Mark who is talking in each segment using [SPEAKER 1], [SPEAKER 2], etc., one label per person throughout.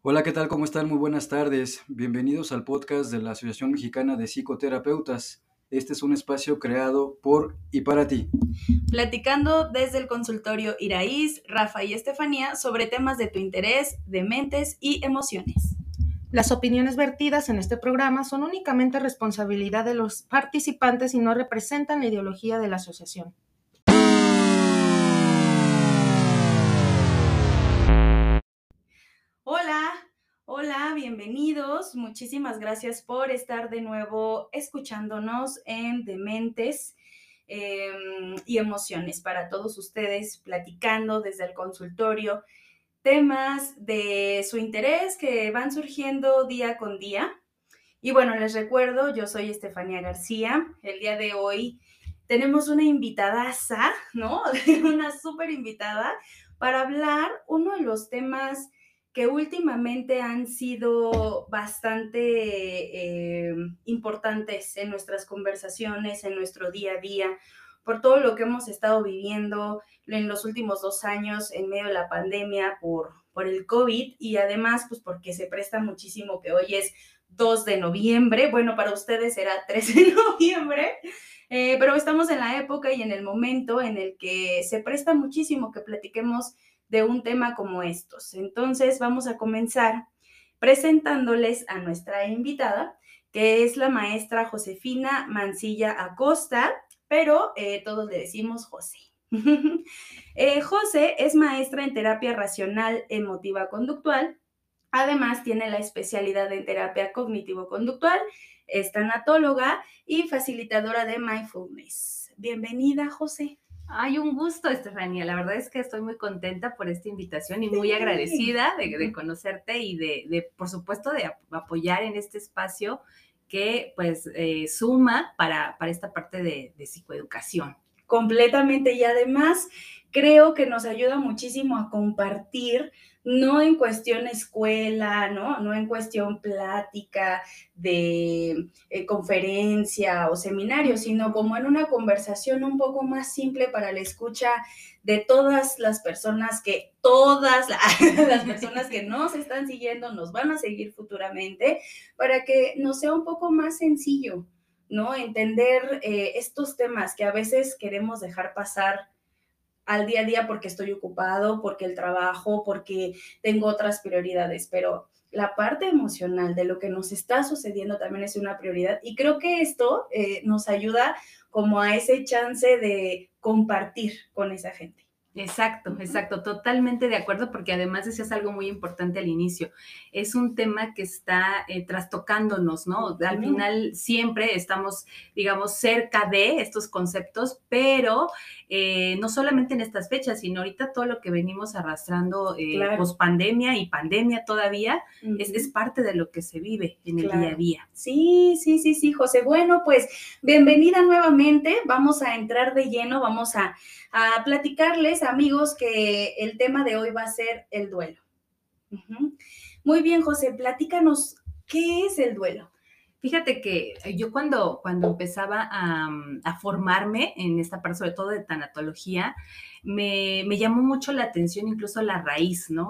[SPEAKER 1] Hola, ¿qué tal? ¿Cómo están? Muy buenas tardes. Bienvenidos al podcast de la Asociación Mexicana de Psicoterapeutas. Este es un espacio creado por y para ti.
[SPEAKER 2] Platicando desde el consultorio Iraíz, Rafa y Estefanía sobre temas de tu interés, de mentes y emociones.
[SPEAKER 3] Las opiniones vertidas en este programa son únicamente responsabilidad de los participantes y no representan la ideología de la asociación.
[SPEAKER 2] Hola, hola, bienvenidos. Muchísimas gracias por estar de nuevo escuchándonos en Dementes y Emociones para todos ustedes, platicando desde el consultorio temas de su interés que van surgiendo día con día. Y bueno, les recuerdo, yo soy Estefanía García. El día de hoy tenemos una invitadaza, ¿no? Una súper invitada para hablar uno de los temas que últimamente han sido bastante importantes en nuestras conversaciones, en nuestro día a día, por todo lo que hemos estado viviendo en los últimos 2 años en medio de la pandemia por el COVID y además pues porque se presta muchísimo que hoy es 2 de noviembre, bueno, para ustedes será 3 de noviembre, pero estamos en la época y en el momento en el que se presta muchísimo que platiquemos de un tema como estos. Entonces vamos a comenzar presentándoles a nuestra invitada, que es la maestra Josefina Mancilla Acosta, pero todos le decimos José. José es maestra en terapia racional emotiva conductual. Además, tiene la especialidad en terapia cognitivo-conductual, es tanatóloga y facilitadora de mindfulness. Bienvenida, José.
[SPEAKER 4] Ay, un gusto, Estefanía. La verdad es que estoy muy contenta por esta invitación y muy agradecida de conocerte y por supuesto, de apoyar en este espacio que, pues, suma para esta parte de psicoeducación.
[SPEAKER 2] Completamente, y además creo que nos ayuda muchísimo a compartir, no en cuestión escuela, no en cuestión plática de conferencia o seminario, sino como en una conversación un poco más simple para la escucha de todas las personas todas las personas que nos están siguiendo, nos van a seguir futuramente, para que nos sea un poco más sencillo, ¿no? Entender estos temas que a veces queremos dejar pasar al día a día porque estoy ocupado, porque el trabajo, porque tengo otras prioridades, pero la parte emocional de lo que nos está sucediendo también es una prioridad y creo que esto nos ayuda como a ese chance de compartir con esa gente.
[SPEAKER 4] Exacto, totalmente de acuerdo, porque además decías algo muy importante al inicio. Es un tema que está trastocándonos, ¿no? Al final siempre estamos, digamos, cerca de estos conceptos, pero no solamente en estas fechas, sino ahorita todo lo que venimos arrastrando pospandemia y pandemia todavía es parte de lo que se vive en el día a día.
[SPEAKER 2] Sí, José. Bueno, pues bienvenida nuevamente. Vamos a entrar de lleno, vamos a platicarles, amigos, que el tema de hoy va a ser el duelo. Muy bien, José, platícanos, ¿qué es el duelo?
[SPEAKER 4] Fíjate que yo cuando empezaba a formarme en esta parte, sobre todo de tanatología, me llamó mucho la atención incluso la raíz, ¿no?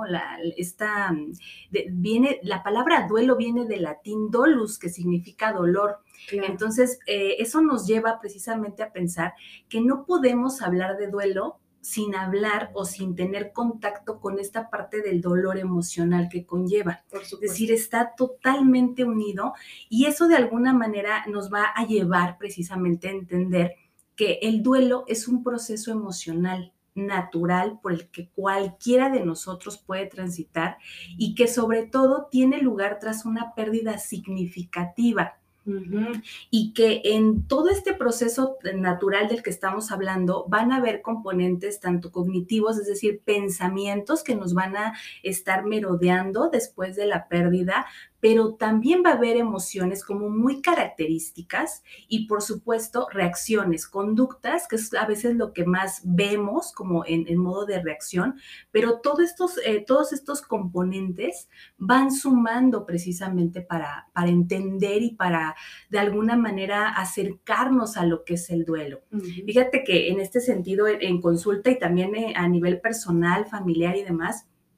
[SPEAKER 4] La palabra duelo viene del latín dolus, que significa dolor. Claro. Entonces, eso nos lleva precisamente a pensar que no podemos hablar de duelo sin hablar o sin tener contacto con esta parte del dolor emocional que conlleva. Es decir, está totalmente unido y eso de alguna manera nos va a llevar precisamente a entender que el duelo es un proceso emocional natural por el que cualquiera de nosotros puede transitar y que sobre todo tiene lugar tras una pérdida significativa. Y que en todo este proceso natural del que estamos hablando van a haber componentes tanto cognitivos, es decir, pensamientos que nos van a estar merodeando después de la pérdida, pero también va a haber emociones como muy características y por supuesto reacciones, conductas, que es a veces lo que más vemos como en modo de reacción, pero todos estos componentes van sumando precisamente para entender y para de alguna manera acercarnos a lo que es el duelo. Fíjate que en este sentido, en consulta y también a nivel personal, familiar y demás,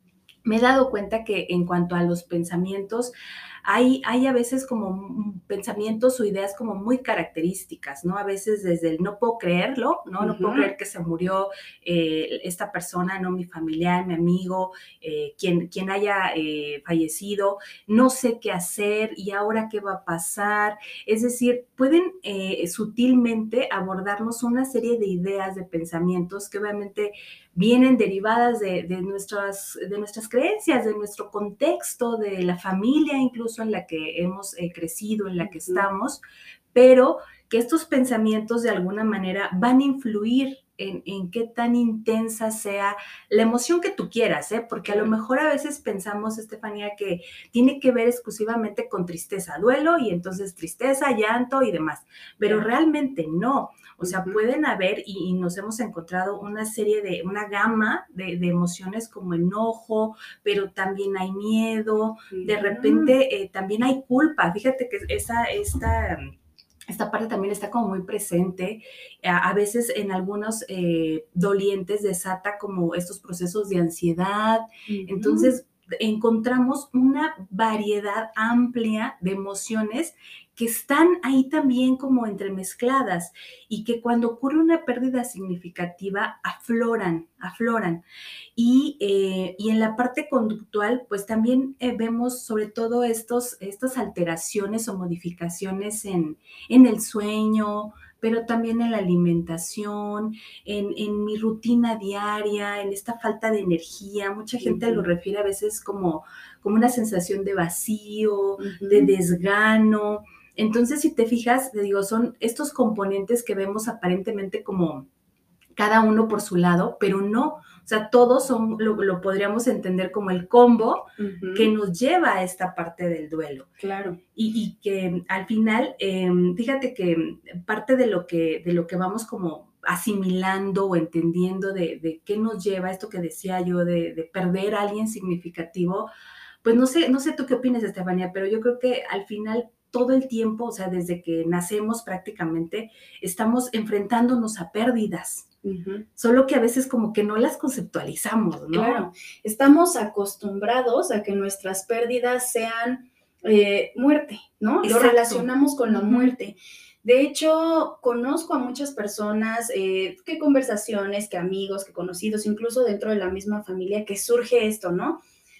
[SPEAKER 4] me he dado cuenta que en cuanto a los pensamientos, hay a veces como pensamientos o ideas como muy características, ¿no? A veces desde el no puedo creerlo, ¿no? No puedo creer que se murió esta persona, ¿no? Mi familiar, mi amigo, quien haya fallecido, no sé qué hacer y ahora qué va a pasar. Es decir, pueden sutilmente abordarnos una serie de ideas, de pensamientos que obviamente vienen derivadas de nuestras creencias, de nuestro contexto, de la familia incluso en la que hemos crecido, en la que estamos, pero que estos pensamientos de alguna manera van a influir en qué tan intensa sea la emoción que tú quieras, ¿eh? Porque a lo mejor a veces pensamos, Estefanía, que tiene que ver exclusivamente con tristeza, duelo y entonces tristeza, llanto y demás, pero realmente no. O sea, pueden haber y nos hemos encontrado una gama de emociones como enojo, pero también hay miedo, de repente también hay culpa. Fíjate que esta parte también está como muy presente. A veces en algunos dolientes desata como estos procesos de ansiedad. Entonces encontramos una variedad amplia de emociones que están ahí también como entremezcladas y que cuando ocurre una pérdida significativa afloran. Y en la parte conductual, pues también vemos sobre todo estas alteraciones o modificaciones en el sueño, pero también en la alimentación, en mi rutina diaria, en esta falta de energía. Mucha gente lo refiere a veces como una sensación de vacío, de desgano. Entonces, si te fijas, te digo, son estos componentes que vemos aparentemente como cada uno por su lado, pero no, o sea, todos son, lo podríamos entender como el combo que nos lleva a esta parte del duelo.
[SPEAKER 2] Claro.
[SPEAKER 4] Y que al final, fíjate que parte de lo que vamos como asimilando o entendiendo de qué nos lleva esto que decía yo de perder a alguien significativo, pues no sé tú qué opinas, Estefanía, pero yo creo que al final todo el tiempo, o sea, desde que nacemos prácticamente, estamos enfrentándonos a pérdidas. Solo que a veces como que no las conceptualizamos, ¿no?
[SPEAKER 2] Claro, estamos acostumbrados a que nuestras pérdidas sean muerte, ¿no?
[SPEAKER 4] Exacto.
[SPEAKER 2] Lo relacionamos con la muerte. De hecho, conozco a muchas personas, que conversaciones, que amigos, que conocidos, incluso dentro de la misma familia, que surge esto, ¿no?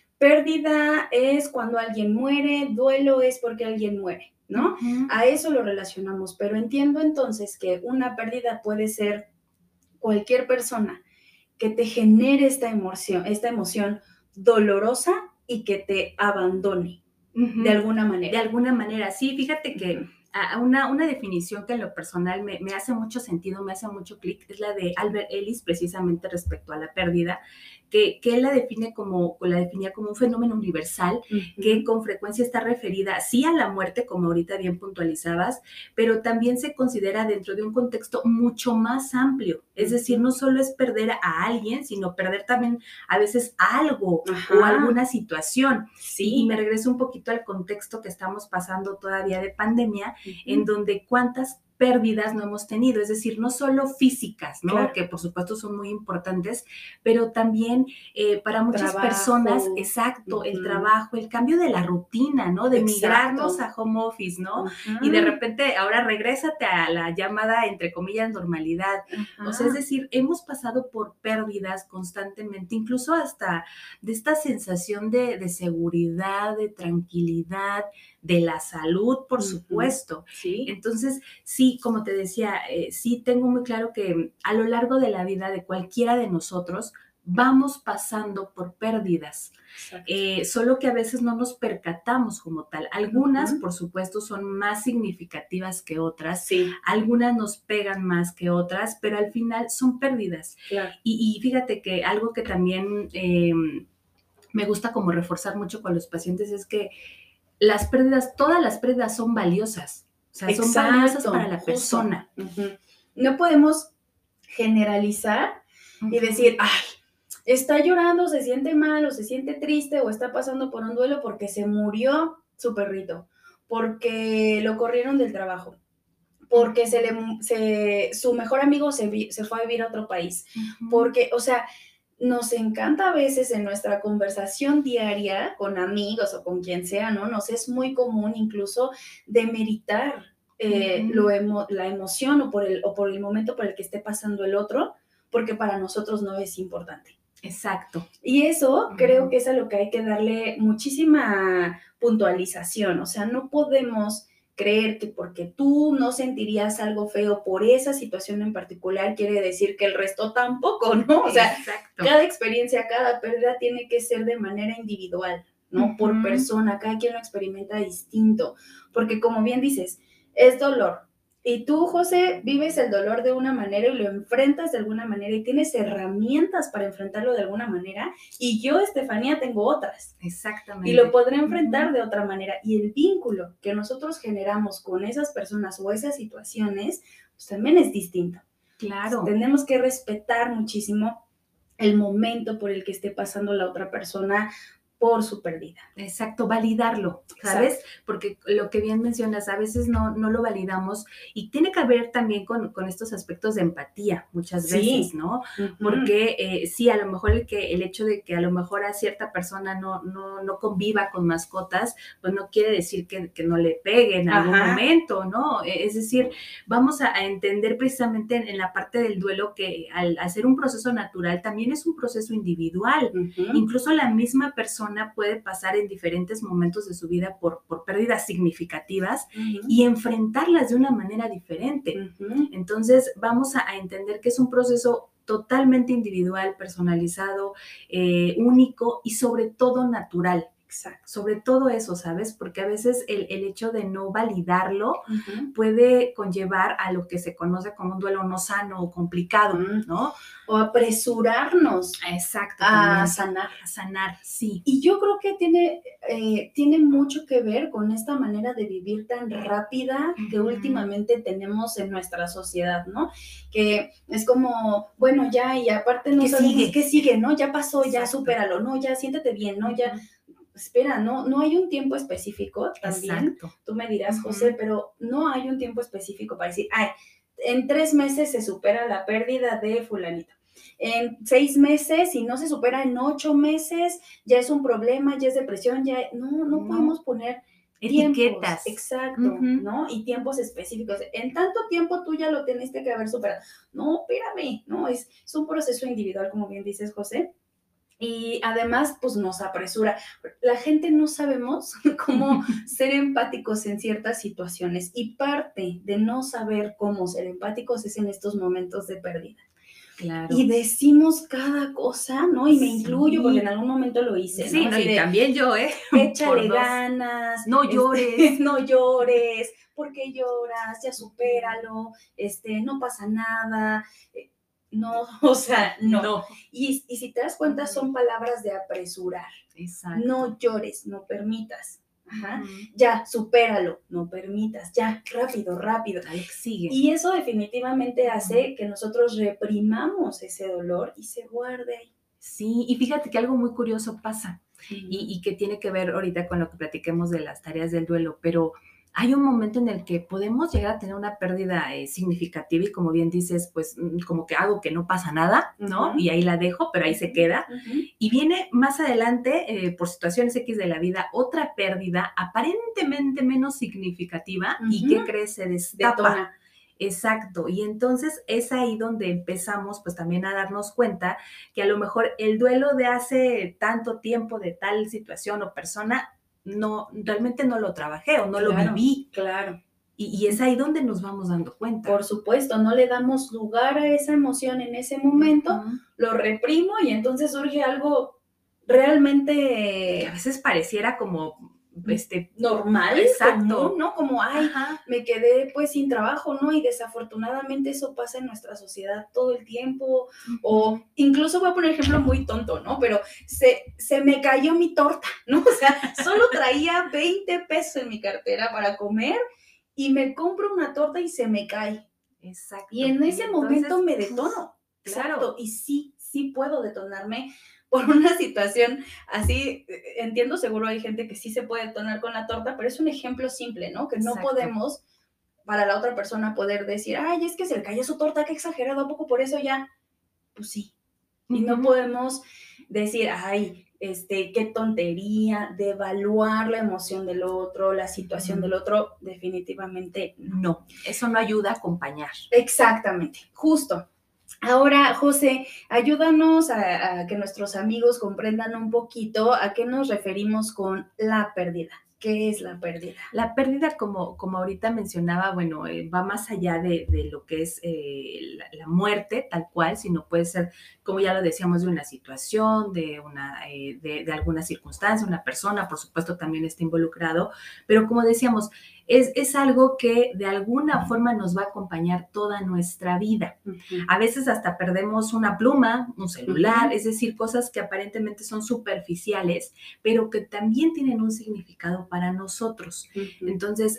[SPEAKER 2] Pérdida es cuando alguien muere, duelo es porque alguien muere, ¿no? A eso lo relacionamos, pero entiendo entonces que una pérdida puede ser cualquier persona que te genere esta emoción dolorosa y que te abandone de alguna manera.
[SPEAKER 4] De alguna manera, sí. Fíjate que una definición que en lo personal me hace mucho sentido, me hace mucho clic, es la de Albert Ellis, precisamente respecto a la pérdida, que él la definía como un fenómeno universal que con frecuencia está referida sí a la muerte, como ahorita bien puntualizabas, pero también se considera dentro de un contexto mucho más amplio. Es decir, no solo es perder a alguien, sino perder también a veces algo o alguna situación.
[SPEAKER 2] Sí.
[SPEAKER 4] Y me regreso un poquito al contexto que estamos pasando todavía de pandemia, en donde cuántas pérdidas no hemos tenido, es decir, no solo físicas, ¿no?
[SPEAKER 2] Claro.
[SPEAKER 4] Que por supuesto son muy importantes, pero también para muchas personas, exacto, el trabajo, el cambio de la rutina, ¿no? De migrarnos a home office, ¿no? Y de repente ahora regrésate a la llamada, entre comillas, normalidad. O sea, es decir, hemos pasado por pérdidas constantemente, incluso hasta de esta sensación de seguridad, de tranquilidad, de la salud, por supuesto.
[SPEAKER 2] Sí.
[SPEAKER 4] Entonces, sí, como te decía, sí tengo muy claro que a lo largo de la vida de cualquiera de nosotros vamos pasando por pérdidas, solo que a veces no nos percatamos como tal. Algunas, por supuesto, son más significativas que otras,
[SPEAKER 2] Sí.
[SPEAKER 4] Algunas nos pegan más que otras, pero al final son pérdidas.
[SPEAKER 2] Claro.
[SPEAKER 4] Y fíjate que algo que también me gusta como reforzar mucho con los pacientes es que las pérdidas, todas las pérdidas son valiosas. O sea, son valiosas para la persona.
[SPEAKER 2] No podemos generalizar y decir, ay, está llorando, se siente mal o se siente triste o está pasando por un duelo porque se murió su perrito, porque lo corrieron del trabajo, porque su mejor amigo se fue a vivir a otro país, porque, o sea, nos encanta a veces en nuestra conversación diaria con amigos o con quien sea, ¿no? Nos es muy común incluso demeritar la emoción o por el momento por el que esté pasando el otro, porque para nosotros no es importante.
[SPEAKER 4] Exacto.
[SPEAKER 2] Y eso creo que es a lo que hay que darle muchísima puntualización. O sea, no podemos creer que porque tú no sentirías algo feo por esa situación en particular, quiere decir que el resto tampoco, ¿no? O sea,
[SPEAKER 4] exacto.
[SPEAKER 2] Cada experiencia, cada pérdida tiene que ser de manera individual, ¿no? Por persona, cada quien lo experimenta distinto. Porque como bien dices, es dolor. Y tú, José, vives el dolor de una manera y lo enfrentas de alguna manera y tienes herramientas para enfrentarlo de alguna manera. Y yo, Estefanía, tengo otras.
[SPEAKER 4] Exactamente.
[SPEAKER 2] Y lo podré enfrentar de otra manera. Y el vínculo que nosotros generamos con esas personas o esas situaciones, pues también es distinto.
[SPEAKER 4] Claro.
[SPEAKER 2] Tenemos que respetar muchísimo el momento por el que esté pasando la otra persona por su pérdida.
[SPEAKER 4] Exacto, validarlo, ¿sabes? Exacto. Porque lo que bien mencionas, a veces no lo validamos y tiene que ver también con estos aspectos de empatía muchas veces, ¿no? Porque sí, a lo mejor el hecho de que a lo mejor a cierta persona no conviva con mascotas, pues no quiere decir que no le pegue en algún momento, ¿no? Es decir, vamos a entender precisamente en la parte del duelo que al hacer un proceso natural también es un proceso individual. Incluso la misma persona puede pasar en diferentes momentos de su vida por pérdidas significativas y enfrentarlas de una manera diferente. Entonces, vamos a entender que es un proceso totalmente individual, personalizado, único y sobre todo natural. Exacto. Sobre todo eso, ¿sabes? Porque a veces el hecho de no validarlo puede conllevar a lo que se conoce como un duelo no sano o complicado, ¿no?
[SPEAKER 2] O apresurarnos.
[SPEAKER 4] Exacto,
[SPEAKER 2] a sanar.
[SPEAKER 4] A sanar, sí.
[SPEAKER 2] Y yo creo que tiene mucho que ver con esta manera de vivir tan rápida que últimamente tenemos en nuestra sociedad, ¿no? Que es como, bueno, ya, y aparte no sabemos qué sigue, ¿no? Ya pasó, ya supéralo, no, ya siéntete bien, ¿no? Ya... Espera, no hay un tiempo específico también. Exacto. Tú me dirás, José, pero no hay un tiempo específico para decir, ay, en 3 meses se supera la pérdida de fulanito. En 6 meses, si no se supera en 8 meses, ya es un problema, ya es depresión, ya... No podemos poner
[SPEAKER 4] etiquetas.
[SPEAKER 2] Tiempos, exacto, ¿no? Y tiempos específicos. En tanto tiempo tú ya lo teniste que haber superado. No, espérame, ¿no? Es un proceso individual, como bien dices, José. Y además, pues nos apresura. La gente no sabemos cómo ser empáticos en ciertas situaciones y parte de no saber cómo ser empáticos es en estos momentos de pérdida.
[SPEAKER 4] Claro.
[SPEAKER 2] Y decimos cada cosa, ¿no? Y me incluyo porque en algún momento lo hice,
[SPEAKER 4] sí,
[SPEAKER 2] ¿no?
[SPEAKER 4] Y también yo,
[SPEAKER 2] Échale ganas.
[SPEAKER 4] No llores.
[SPEAKER 2] No llores. ¿Por qué lloras? Ya supéralo. No pasa nada. No, o sea, no. Y si te das cuenta, son palabras de apresurar.
[SPEAKER 4] Exacto.
[SPEAKER 2] No llores, no permitas. Ya, supéralo, no permitas, ya, rápido.
[SPEAKER 4] Sigue.
[SPEAKER 2] Y eso definitivamente hace que nosotros reprimamos ese dolor y se guarde ahí.
[SPEAKER 4] Sí, y fíjate que algo muy curioso pasa y que tiene que ver ahorita con lo que platiquemos de las tareas del duelo, pero hay un momento en el que podemos llegar a tener una pérdida significativa y como bien dices, pues como que hago que no pasa nada, ¿no? Y ahí la dejo, pero ahí se queda. Y viene más adelante, por situaciones X de la vida, otra pérdida aparentemente menos significativa y ¿qué crees? Se destapa.
[SPEAKER 2] Detona.
[SPEAKER 4] Exacto, y entonces es ahí donde empezamos pues también a darnos cuenta que a lo mejor el duelo de hace tanto tiempo de tal situación o persona realmente no lo trabajé o no lo viví.
[SPEAKER 2] Claro.
[SPEAKER 4] Y es ahí donde nos vamos dando cuenta.
[SPEAKER 2] Por supuesto, no le damos lugar a esa emoción en ese momento, lo reprimo y entonces surge algo realmente...
[SPEAKER 4] Que a veces pareciera como...
[SPEAKER 2] normal,
[SPEAKER 4] exacto,
[SPEAKER 2] común, ¿no? Como, ay, me quedé pues sin trabajo, ¿no? Y desafortunadamente eso pasa en nuestra sociedad todo el tiempo, o incluso voy a poner un ejemplo muy tonto, ¿no? Pero se me cayó mi torta, ¿no? O sea, solo traía 20 pesos en mi cartera para comer y me compro una torta y se me cae.
[SPEAKER 4] Exacto.
[SPEAKER 2] Y en ese momento me detono.
[SPEAKER 4] Claro.
[SPEAKER 2] Exacto. Y sí puedo detonarme por una situación así. Entiendo, seguro hay gente que sí se puede detonar con la torta, pero es un ejemplo simple, ¿no? Que no podemos para la otra persona poder decir, ay, es que se le cayó su torta, qué exagerado, ¿a poco por eso ya? Pues sí. Y no podemos decir, ay, qué tontería, devaluar la emoción del otro, la situación del otro, definitivamente
[SPEAKER 4] no. Eso no ayuda a acompañar.
[SPEAKER 2] Exactamente, justo. Ahora, José, ayúdanos a que nuestros amigos comprendan un poquito a qué nos referimos con la pérdida. ¿Qué es la pérdida?
[SPEAKER 4] La pérdida, como ahorita mencionaba, bueno, va más allá de lo que es la muerte tal cual, sino puede ser, como ya lo decíamos, de una situación, de alguna circunstancia, una persona, por supuesto, también está involucrado, pero como decíamos, es algo que de alguna forma nos va a acompañar toda nuestra vida. A veces hasta perdemos una pluma, un celular, es decir, cosas que aparentemente son superficiales, pero que también tienen un significado para nosotros. Entonces,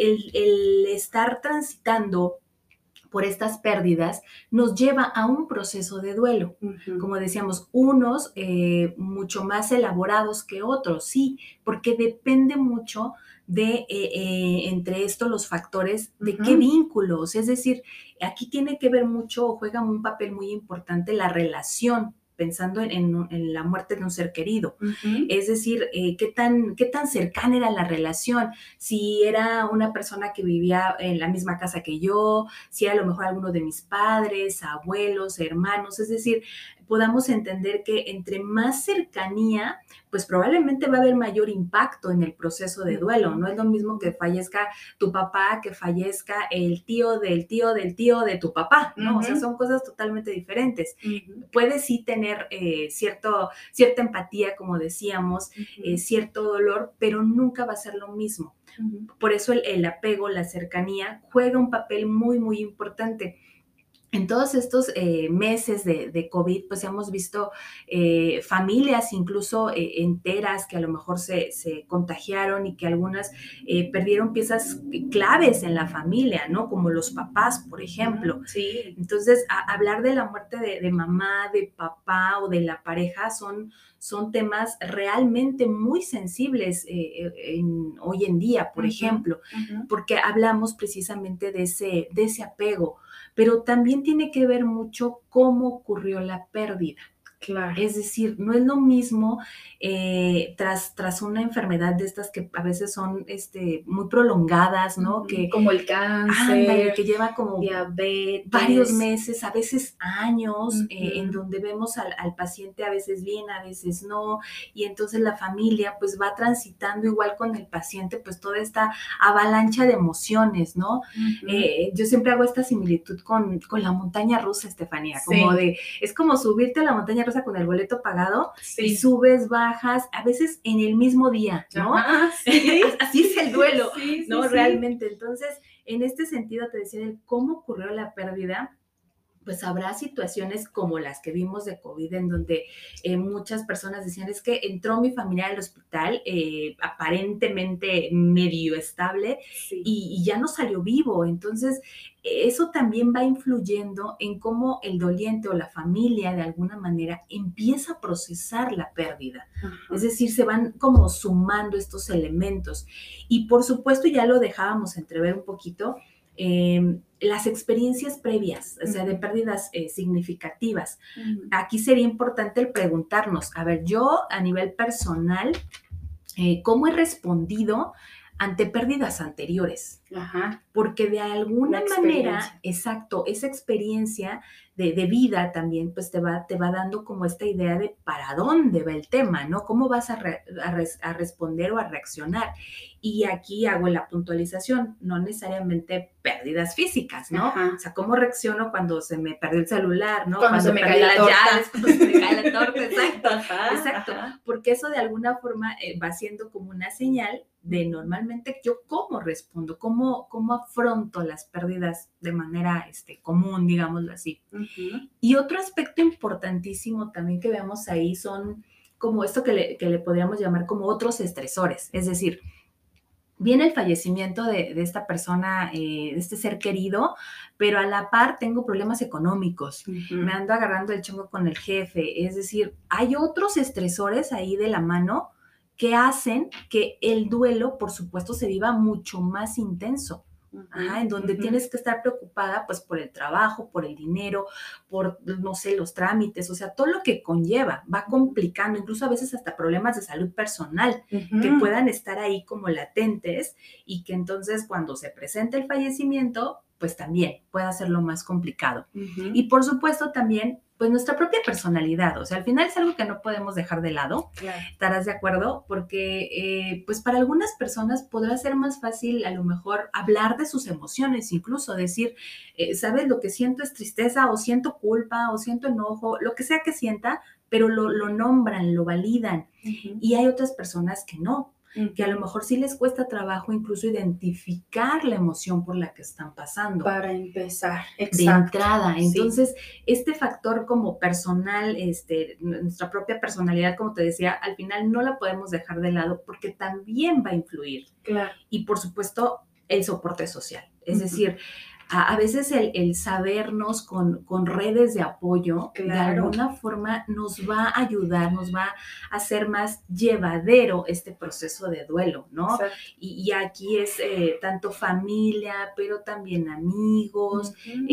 [SPEAKER 4] el estar transitando por estas pérdidas nos lleva a un proceso de duelo. Como decíamos, unos mucho más elaborados que otros, sí, porque depende mucho de, entre estos, los factores de qué vínculos. Es decir, aquí tiene que ver mucho, juega un papel muy importante la relación, pensando en la muerte de un ser querido. Es decir, qué tan cercana era la relación, si era una persona que vivía en la misma casa que yo, si era a lo mejor alguno de mis padres, abuelos, hermanos, es decir, podamos entender que entre más cercanía, pues probablemente va a haber mayor impacto en el proceso de duelo. No es lo mismo que fallezca tu papá, que fallezca el tío del tío del tío de tu papá, ¿no? O sea, son cosas totalmente diferentes. Puede sí tener cierta empatía, como decíamos, cierto dolor, pero nunca va a ser lo mismo. Por eso el apego, la cercanía, juega un papel muy, muy importante. En todos estos meses de COVID, pues hemos visto familias incluso enteras que a lo mejor se contagiaron y que algunas perdieron piezas claves en la familia, ¿no? Como los papás, por ejemplo.
[SPEAKER 2] Sí.
[SPEAKER 4] Entonces, hablar de la muerte de mamá, de papá o de la pareja son temas realmente muy sensibles hoy en día, por ejemplo, porque hablamos precisamente de ese apego, pero también tiene que ver mucho cómo ocurrió la pérdida.
[SPEAKER 2] Claro.
[SPEAKER 4] Es decir, no es lo mismo tras una enfermedad de estas que a veces son muy prolongadas, ¿no?
[SPEAKER 2] Como el cáncer,
[SPEAKER 4] que lleva como
[SPEAKER 2] diabetes,
[SPEAKER 4] varios meses, a veces años, en donde vemos al paciente a veces bien, a veces no, y entonces la familia pues va transitando igual con el paciente pues toda esta avalancha de emociones, ¿no? Yo siempre hago esta similitud con la montaña rusa, Estefanía, como es como subirte a la montaña rusa con el boleto pagado y subes, bajas, a veces en el mismo día, ¿no?
[SPEAKER 2] Sí.
[SPEAKER 4] Así es el duelo, ¿no?
[SPEAKER 2] Sí.
[SPEAKER 4] Realmente. Entonces, en este sentido, te decía de cómo ocurrió la pérdida. Pues habrá situaciones como las que vimos de COVID, en donde muchas personas decían, es que entró mi familiar al hospital aparentemente medio estable y ya no salió vivo. Entonces, eso también va influyendo en cómo el doliente o la familia, de alguna manera, empieza a procesar la pérdida. Es decir, se van como sumando estos elementos. Y, por supuesto, ya lo dejábamos entrever un poquito, las experiencias previas, o sea, de pérdidas significativas. Aquí sería importante el preguntarnos, a ver, yo a nivel personal, ¿cómo he respondido ante pérdidas anteriores? Porque de alguna manera, exacto, esa experiencia de vida también, pues te va dando como esta idea de para dónde va el tema, ¿no? ¿Cómo vas a responder o a reaccionar? Y aquí hago la puntualización, no necesariamente pérdidas físicas, ¿no? O sea, ¿cómo reacciono cuando se me perdió el celular, ¿no?
[SPEAKER 2] Cuando se me cae la torta.
[SPEAKER 4] Cuando se me cae la torta, exacto. Exacto, porque eso de alguna forma va siendo como una señal de normalmente yo cómo respondo, cómo afronto las pérdidas de manera común, digámoslo así. Y otro aspecto importantísimo también que vemos ahí son como esto que le podríamos llamar como otros estresores, es decir, viene el fallecimiento de esta persona, de este ser querido, pero a la par tengo problemas económicos, me ando agarrando el chongo con el jefe, es decir, hay otros estresores ahí de la mano que hacen que el duelo, por supuesto, se viva mucho más intenso. en donde tienes que estar preocupada pues por el trabajo, por el dinero, por, no sé, los trámites, o sea, todo lo que conlleva, va complicando, incluso a veces hasta problemas de salud personal que puedan estar ahí como latentes y que entonces cuando se presente el fallecimiento, pues también puede hacerlo más complicado. Y por supuesto también pues nuestra propia personalidad, o sea, al final es algo que no podemos dejar de lado,
[SPEAKER 2] Claro.
[SPEAKER 4] ¿estarás de acuerdo? Porque pues para algunas personas podrá ser más fácil a lo mejor hablar de sus emociones, incluso decir, ¿sabes? Lo que siento es tristeza o siento culpa o siento enojo, lo que sea que sienta, pero lo nombran, lo validan. Y hay otras personas que no, que a lo mejor sí les cuesta trabajo incluso identificar la emoción por la que están pasando.
[SPEAKER 2] Para empezar,
[SPEAKER 4] De entrada. Entonces, este factor como personal, nuestra propia personalidad, como te decía, al final no la podemos dejar de lado porque también va a influir.
[SPEAKER 2] Claro.
[SPEAKER 4] Y por supuesto, el soporte social. Es decir, a veces el sabernos con redes de apoyo, de alguna forma nos va a ayudar, nos va a hacer más llevadero este proceso de duelo, ¿no? Y aquí es tanto familia, pero también amigos,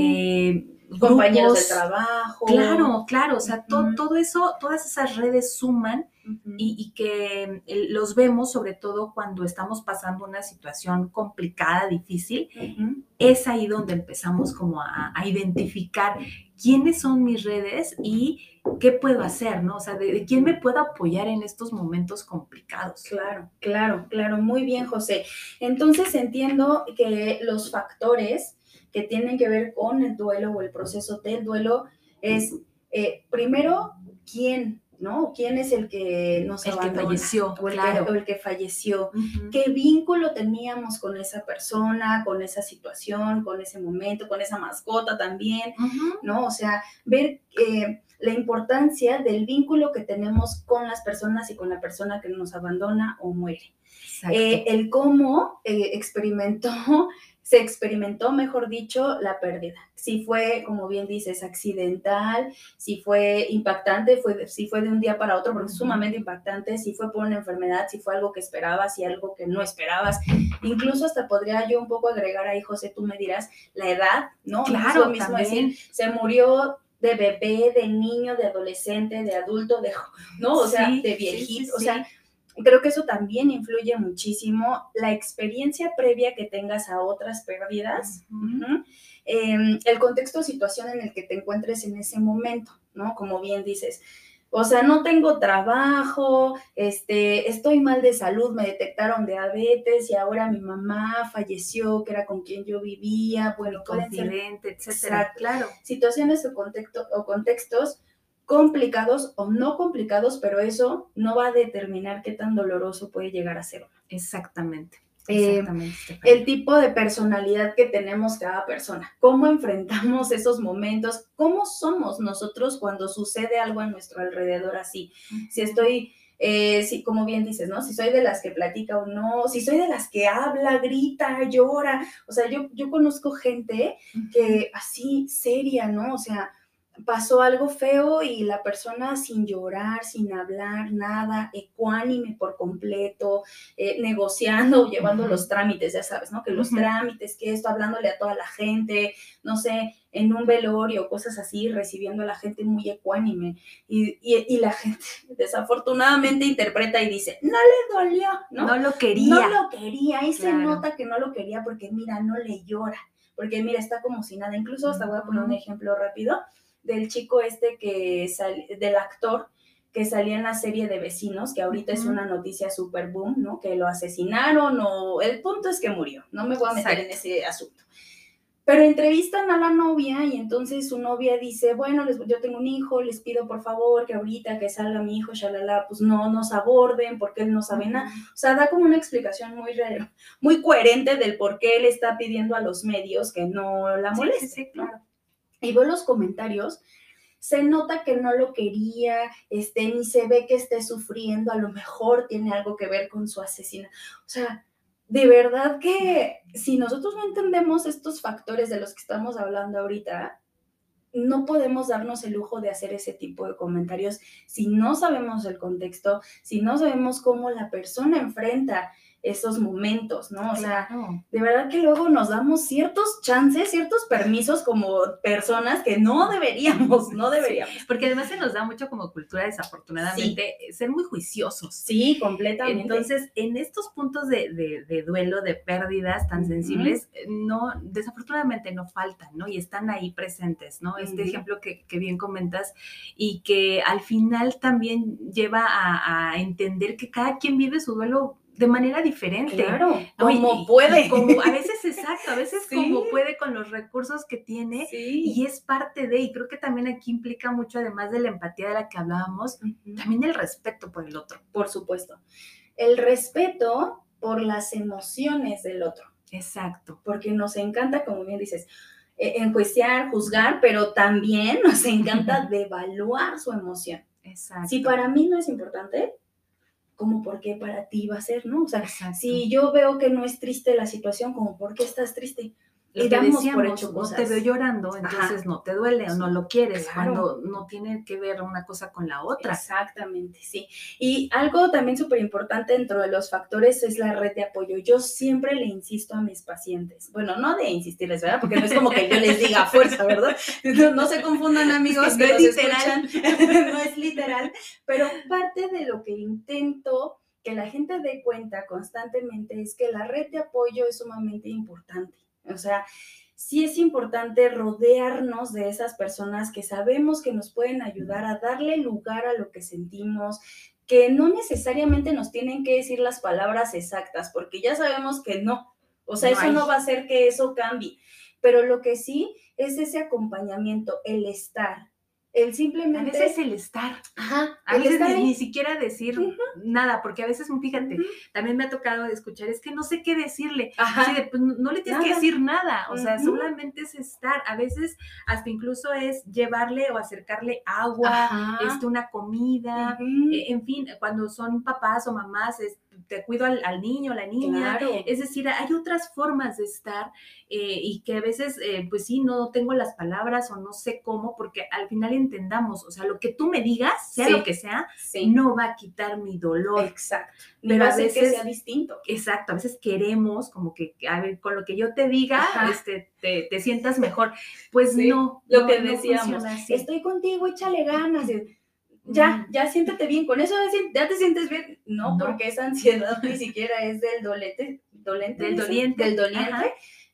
[SPEAKER 2] compañeros
[SPEAKER 4] grupos,
[SPEAKER 2] de trabajo.
[SPEAKER 4] Claro, o sea, todo eso, todas esas redes suman y que los vemos sobre todo cuando estamos pasando una situación complicada, difícil. Es ahí donde empezamos como a identificar quiénes son mis redes y qué puedo hacer, ¿no? O sea, de quién me puedo apoyar en estos momentos complicados.
[SPEAKER 2] Claro, muy bien, José. Entonces entiendo que los factores que tienen que ver con el duelo o el proceso del duelo es, primero, quién, ¿no? ¿Quién es el que nos abandona?
[SPEAKER 4] El que falleció,
[SPEAKER 2] O el que falleció. ¿Qué vínculo teníamos con esa persona, con esa situación, con ese momento, con esa mascota también, ¿no? O sea, ver la importancia del vínculo que tenemos con las personas y con la persona que nos abandona o muere. El cómo se experimentó, mejor dicho, la pérdida. Si fue, como bien dices, accidental, si fue impactante, si fue de un día para otro, porque es sumamente impactante, si fue por una enfermedad, si fue algo que esperabas, si algo que no esperabas. Incluso hasta podría yo un poco agregar ahí, José, tú me dirás, la edad, ¿no?
[SPEAKER 4] Claro,
[SPEAKER 2] no es lo mismo
[SPEAKER 4] también.
[SPEAKER 2] decir, se murió de bebé, de niño, de adolescente, de adulto, ¿no? O sea, de viejito, o sea, creo que eso también influye muchísimo, la experiencia previa que tengas a otras pérdidas, el contexto o situación en el que te encuentres en ese momento, ¿no? Como bien dices, o sea, no tengo trabajo, estoy mal de salud, me detectaron diabetes y ahora mi mamá falleció, que era con quien yo vivía, bueno, pueden ser,
[SPEAKER 4] etcétera. Claro.
[SPEAKER 2] Situaciones o contextos complicados o no complicados, pero eso no va a determinar qué tan doloroso puede llegar a ser.
[SPEAKER 4] Exactamente.
[SPEAKER 2] El tipo de personalidad que tenemos cada persona, cómo enfrentamos esos momentos, cómo somos nosotros cuando sucede algo a nuestro alrededor así. Si estoy, como bien dices, ¿no? Si soy de las que platica o no, si soy de las que habla, grita, llora. O sea, yo conozco gente que así, seria, ¿no? O sea, pasó algo feo y la persona sin llorar, sin hablar, nada, ecuánime por completo, negociando, llevando los trámites, ya sabes, ¿no? Que los trámites, que esto, hablándole a toda la gente, no sé, en un velorio, cosas así, recibiendo a la gente muy ecuánime. Y la gente desafortunadamente interpreta y dice, no le dolió, ¿no?
[SPEAKER 4] No lo quería.
[SPEAKER 2] Ahí se nota que no lo quería porque mira, no le llora, porque mira, está como si nada. Incluso hasta voy a poner un ejemplo rápido del chico del actor que salía en la serie de Vecinos, que ahorita es una noticia super boom, ¿no? Que lo asesinaron o el punto es que murió. No me voy a meter en ese asunto. Pero entrevistan a la novia y entonces su novia dice, bueno, yo tengo un hijo, les pido por favor que ahorita que salga mi hijo, shalala, pues no nos aborden porque él no sabe nada. O sea, da como una explicación muy coherente del por qué él está pidiendo a los medios que no la molesten.
[SPEAKER 4] Sí, claro.
[SPEAKER 2] Y veo los comentarios, se nota que no lo quería, ni se ve que esté sufriendo, a lo mejor tiene algo que ver con su asesinato. O sea, de verdad que si nosotros no entendemos estos factores de los que estamos hablando ahorita, no podemos darnos el lujo de hacer ese tipo de comentarios si no sabemos el contexto, si no sabemos cómo la persona enfrenta esos momentos, ¿no? O sea,
[SPEAKER 4] Claro.
[SPEAKER 2] de verdad que luego nos damos ciertos chances, ciertos permisos como personas que no deberíamos.
[SPEAKER 4] Porque además se nos da mucho como cultura, desafortunadamente, ser muy juiciosos.
[SPEAKER 2] Sí, completamente.
[SPEAKER 4] Entonces, en estos puntos de duelo, de pérdidas tan sensibles, no, desafortunadamente no faltan, ¿no? Y están ahí presentes, ¿no? Este ejemplo que bien comentas y que al final también lleva a entender que cada quien vive su duelo de manera diferente.
[SPEAKER 2] Claro,
[SPEAKER 4] ¿no?
[SPEAKER 2] como puede.
[SPEAKER 4] Como, a veces, exacto, a veces
[SPEAKER 2] Sí.
[SPEAKER 4] como puede con los recursos que tiene,
[SPEAKER 2] Sí.
[SPEAKER 4] y es parte de, y creo que también aquí implica mucho, además de la empatía de la que hablábamos, también el respeto por el otro.
[SPEAKER 2] Por supuesto. El respeto por las emociones del otro.
[SPEAKER 4] Exacto.
[SPEAKER 2] Porque nos encanta, como bien dices, enjuiciar, juzgar, pero también nos encanta devaluar su emoción.
[SPEAKER 4] Exacto.
[SPEAKER 2] Si para mí no es importante, ¿cómo por qué para ti va a ser, no? O sea,
[SPEAKER 4] Exacto.
[SPEAKER 2] si yo veo que no es triste la situación, ¿cómo por qué estás triste?
[SPEAKER 4] Lo que decíamos, no te veo llorando, entonces no te duele o no lo quieres,
[SPEAKER 2] claro.
[SPEAKER 4] Cuando no tiene que ver una cosa con la otra.
[SPEAKER 2] Exactamente, sí. Y algo también súper importante dentro de los factores es la red de apoyo. Yo siempre le insisto a mis pacientes, bueno, no de insistirles, ¿verdad? Porque no es como que yo les diga a fuerza, ¿verdad? No se confundan, amigos,
[SPEAKER 4] no
[SPEAKER 2] que
[SPEAKER 4] es
[SPEAKER 2] nos
[SPEAKER 4] literal.
[SPEAKER 2] escuchan. No es literal, pero parte de lo que intento que la gente dé cuenta constantemente es que la red de apoyo es sumamente importante. O sea, sí es importante rodearnos de esas personas que sabemos que nos pueden ayudar a darle lugar a lo que sentimos, que no necesariamente nos tienen que decir las palabras exactas, porque ya sabemos que no. O sea, eso no va a hacer que eso cambie. Pero lo que sí es ese acompañamiento, el estar. El simplemente...
[SPEAKER 4] A veces el estar.
[SPEAKER 2] Ajá.
[SPEAKER 4] A veces ni siquiera decir nada, porque a veces, fíjate, también me ha tocado escuchar, es que no sé qué decirle.
[SPEAKER 2] Ajá.
[SPEAKER 4] Así de, pues, no le tienes que decir nada, o sea,
[SPEAKER 2] Ujú.
[SPEAKER 4] solamente es estar. A veces hasta incluso es llevarle o acercarle agua,
[SPEAKER 2] Ajá.
[SPEAKER 4] una comida,
[SPEAKER 2] Ujú.
[SPEAKER 4] En fin, cuando son papás o mamás, te cuido al niño, la niña.
[SPEAKER 2] Claro.
[SPEAKER 4] Es decir, hay otras formas de estar y que a veces, pues sí, no tengo las palabras o no sé cómo, porque al final entendamos, o sea, lo que tú me digas, sea
[SPEAKER 2] Sí.
[SPEAKER 4] lo que sea,
[SPEAKER 2] Sí.
[SPEAKER 4] no va a quitar mi dolor.
[SPEAKER 2] Exacto.
[SPEAKER 4] Pero
[SPEAKER 2] va
[SPEAKER 4] a
[SPEAKER 2] a ser que
[SPEAKER 4] veces
[SPEAKER 2] sea distinto.
[SPEAKER 4] Exacto, a veces queremos como que, a ver, con lo que yo te diga,
[SPEAKER 2] Ajá.
[SPEAKER 4] te sientas mejor. Pues
[SPEAKER 2] Sí,
[SPEAKER 4] no,
[SPEAKER 2] lo que
[SPEAKER 4] no
[SPEAKER 2] decíamos,
[SPEAKER 4] funciona así.
[SPEAKER 2] estoy contigo, échale ganas. Ya siéntate bien, con eso ya te sientes bien. No, porque esa ansiedad ni siquiera es del doliente.
[SPEAKER 4] Del doliente.
[SPEAKER 2] Ajá.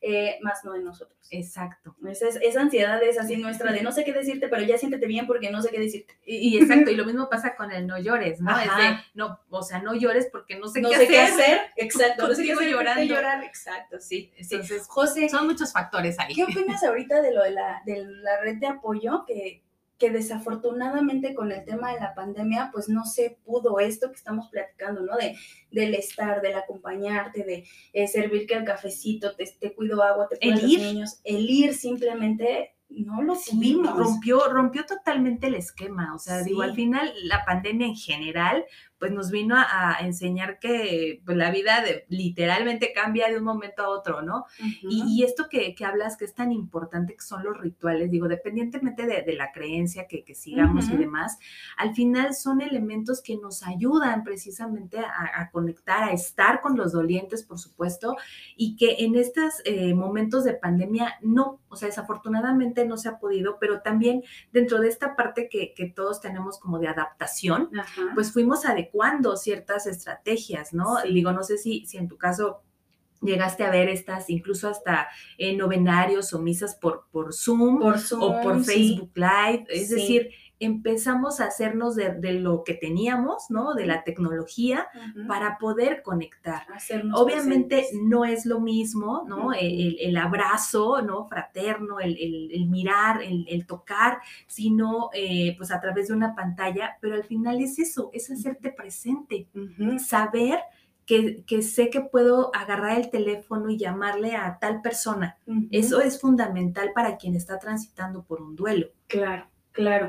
[SPEAKER 2] Más no de nosotros.
[SPEAKER 4] Exacto.
[SPEAKER 2] Esa ansiedad es así nuestra de no sé qué decirte, pero ya siéntete bien porque no sé qué decirte.
[SPEAKER 4] Y exacto, y lo mismo pasa con el no llores, ¿no?
[SPEAKER 2] Ajá.
[SPEAKER 4] Es de, no, o sea, no llores porque no sé
[SPEAKER 2] no
[SPEAKER 4] qué
[SPEAKER 2] sé
[SPEAKER 4] hacer.
[SPEAKER 2] qué hacer. Exacto. No sé qué
[SPEAKER 4] Contigo
[SPEAKER 2] hacer,
[SPEAKER 4] llorando.
[SPEAKER 2] llorar. Exacto, sí.
[SPEAKER 4] Entonces,
[SPEAKER 2] José,
[SPEAKER 4] son muchos factores ahí.
[SPEAKER 2] ¿qué opinas ahorita de lo de la red de apoyo que desafortunadamente con el tema de la pandemia, pues no se pudo esto que estamos platicando, ¿no? Del estar, del acompañarte, de servir que el cafecito, te cuido agua, te cuido a los niños. El ir simplemente no lo tuvimos.
[SPEAKER 4] Rompió totalmente el esquema, o sea, digo, al final la pandemia en general, pues nos vino a enseñar que pues, la vida literalmente cambia de un momento a otro, ¿no? Y esto que hablas que es tan importante que son los rituales, digo, dependientemente de la creencia que sigamos y demás, al final son elementos que nos ayudan precisamente a conectar, a estar con los dolientes, por supuesto, y que en estos momentos de pandemia no, o sea, desafortunadamente no se ha podido, pero también dentro de esta parte que todos tenemos como de adaptación, pues fuimos adecuando ciertas estrategias, ¿no?
[SPEAKER 2] Sí.
[SPEAKER 4] Digo, no sé si en tu caso llegaste a ver estas, incluso hasta novenarios o misas por Zoom o por Facebook Live, es decir, empezamos a hacernos de lo que teníamos, ¿no? De la tecnología para poder conectar. Obviamente presentes. No es lo mismo, ¿no? El abrazo, ¿no? Fraterno, el mirar, el tocar, sino pues a través de una pantalla, pero al final es eso, es hacerte presente, saber que sé que puedo agarrar el teléfono y llamarle a tal persona. Eso es fundamental para quien está transitando por un duelo.
[SPEAKER 2] Claro.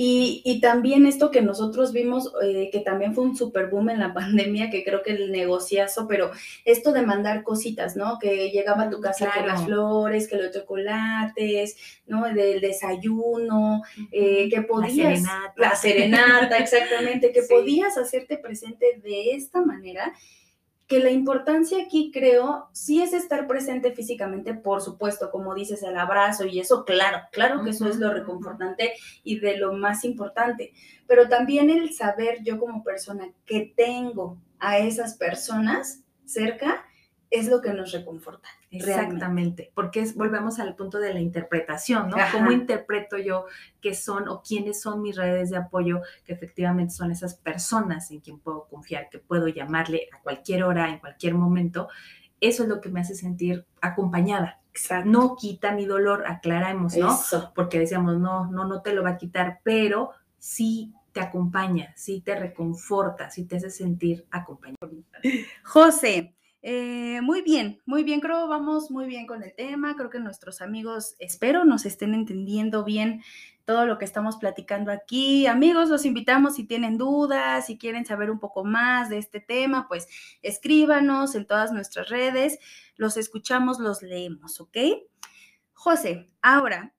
[SPEAKER 2] Y también esto que nosotros vimos, que también fue un super boom en la pandemia, que creo que el negociazo, pero esto de mandar cositas, ¿no? Que llegaba a tu casa con las flores, que los chocolates, ¿no? Del desayuno, que podías... La serenata, exactamente, que podías hacerte presente de esta manera. que la importancia aquí, creo, sí es estar presente físicamente, por supuesto, como dices, el abrazo y eso, claro que eso es lo reconfortante y de lo más importante, pero también el saber yo como persona que tengo a esas personas cerca es lo que nos reconforta.
[SPEAKER 4] Exactamente, porque volvemos al punto de la interpretación, ¿no?
[SPEAKER 2] Ajá.
[SPEAKER 4] ¿Cómo interpreto yo qué son o quiénes son mis redes de apoyo, que efectivamente son esas personas en quien puedo confiar, que puedo llamarle a cualquier hora, en cualquier momento? Eso es lo que me hace sentir acompañada.
[SPEAKER 2] Exacto.
[SPEAKER 4] No quita mi dolor, aclaramos, ¿no?
[SPEAKER 2] Eso.
[SPEAKER 4] Porque decíamos, no te lo va a quitar, pero sí te acompaña, sí te reconforta, sí te hace sentir acompañada.
[SPEAKER 2] José, muy bien, creo vamos muy bien con el tema, creo que nuestros amigos, espero, nos estén entendiendo bien todo lo que estamos platicando aquí. Amigos, los invitamos si tienen dudas, si quieren saber un poco más de este tema, pues escríbanos en todas nuestras redes, los escuchamos, los leemos, ¿ok? José, ahora,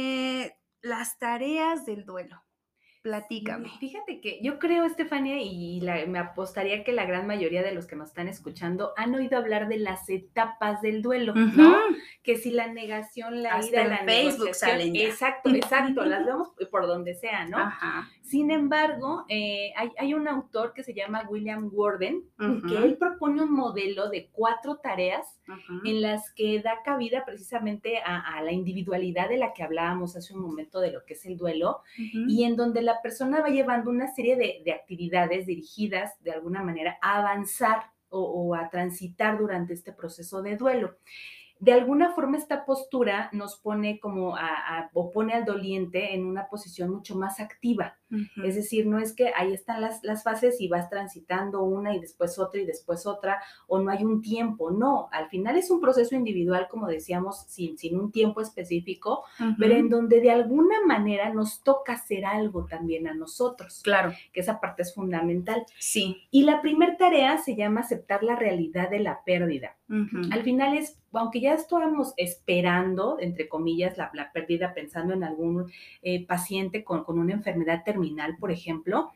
[SPEAKER 2] las tareas del duelo. Platícame.
[SPEAKER 4] Fíjate que yo creo, Estefanía, y me apostaría que la gran mayoría de los que nos están escuchando han oído hablar de las etapas del duelo, ¿no? Que si la negación, la
[SPEAKER 2] Hasta
[SPEAKER 4] ida,
[SPEAKER 2] en
[SPEAKER 4] la
[SPEAKER 2] Facebook
[SPEAKER 4] negociación.
[SPEAKER 2] salen ya.
[SPEAKER 4] Exacto, las vemos por donde sea, ¿no?
[SPEAKER 2] Ajá.
[SPEAKER 4] Sin embargo, hay un autor que se llama William Worden, que él propone un modelo de 4 tareas en las que da cabida precisamente a la individualidad de la que hablábamos hace un momento de lo que es el duelo, y en donde la persona va llevando una serie de actividades dirigidas de alguna manera a avanzar o a transitar durante este proceso de duelo. De alguna forma esta postura nos pone como o pone al doliente en una posición mucho más activa. Es decir, no es que ahí están las fases y vas transitando una y después otra, o no hay un tiempo. No, al final es un proceso individual, como decíamos, sin un tiempo específico, pero en donde de alguna manera nos toca hacer algo también a nosotros.
[SPEAKER 2] Claro.
[SPEAKER 4] Que esa parte es fundamental.
[SPEAKER 2] Sí.
[SPEAKER 4] Y la primera tarea se llama aceptar la realidad de la pérdida. Al final es, aunque ya estábamos esperando, entre comillas, la pérdida, pensando en algún paciente con una enfermedad terminal, por ejemplo,